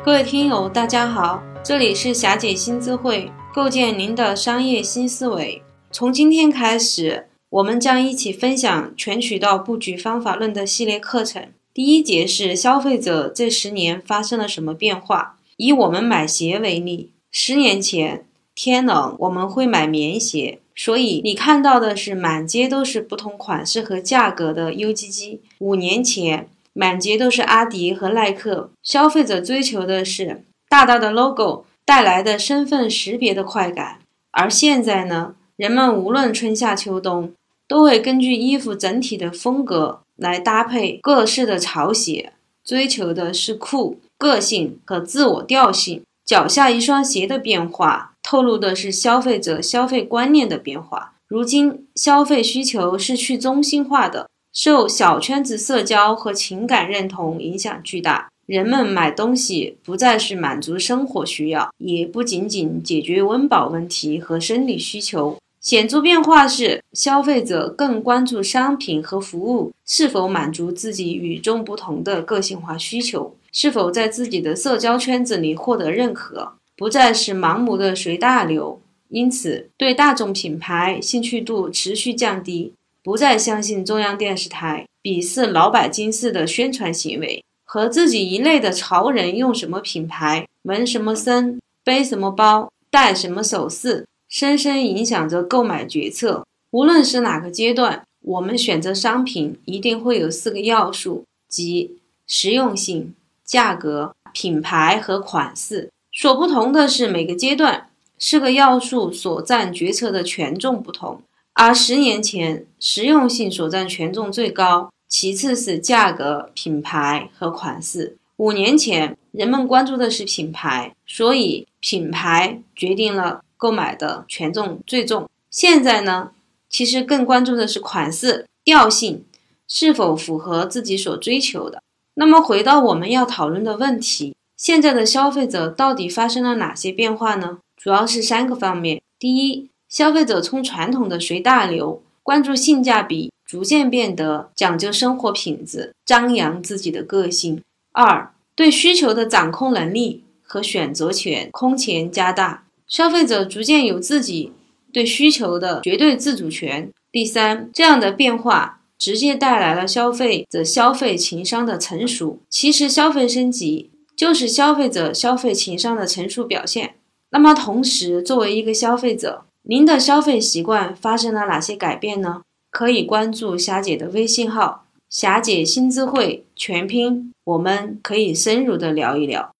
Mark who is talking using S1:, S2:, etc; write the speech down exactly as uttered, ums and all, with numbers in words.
S1: 各位听友大家好，这里是霞姐新智慧，构建您的商业新思维。从今天开始，我们将一起分享全渠道布局方法论的系列课程。第一节是消费者这十年发生了什么变化。以我们买鞋为例，十年前天冷我们会买棉鞋，所以你看到的是满街都是不同款式和价格的 U G G。 五年前满街都是阿迪和耐克，消费者追求的是大大的 logo 带来的身份识别的快感。而现在呢，人们无论春夏秋冬，都会根据衣服整体的风格来搭配各式的潮鞋，追求的是酷、个性和自我调性。脚下一双鞋的变化，透露的是消费者消费观念的变化。如今消费需求是去中心化的，受小圈子社交和情感认同影响巨大，人们买东西不再是满足生活需要，也不仅仅解决温饱问题和生理需求。显著变化是，消费者更关注商品和服务是否满足自己与众不同的个性化需求，是否在自己的社交圈子里获得认可，不再是盲目的随大流。因此，对大众品牌兴趣度持续降低，不再相信中央电视台鄙视老百姓式的宣传行为，和自己一类的潮人用什么品牌、纹什么身、背什么包、戴什么首饰，深深影响着购买决策。无论是哪个阶段，我们选择商品一定会有四个要素，即实用性、价格、品牌和款式。所不同的是，每个阶段四个要素所占决策的权重不同。而十年前，实用性所占权重最高，其次是价格、品牌和款式。五年前，人们关注的是品牌，所以品牌决定了购买的权重最重。现在呢，其实更关注的是款式、调性是否符合自己所追求的。那么回到我们要讨论的问题，现在的消费者到底发生了哪些变化呢？主要是三个方面。第一，消费者从传统的随大流、关注性价比，逐渐变得讲究生活品质，张扬自己的个性。二，对需求的掌控能力和选择权空前加大，消费者逐渐有自己对需求的绝对自主权。第三，这样的变化直接带来了消费者消费情商的成熟。其实消费升级就是消费者消费情商的成熟表现。那么同时，作为一个消费者，您的消费习惯发生了哪些改变呢？可以关注霞姐的微信号霞姐新智慧全拼，我们可以深入的聊一聊。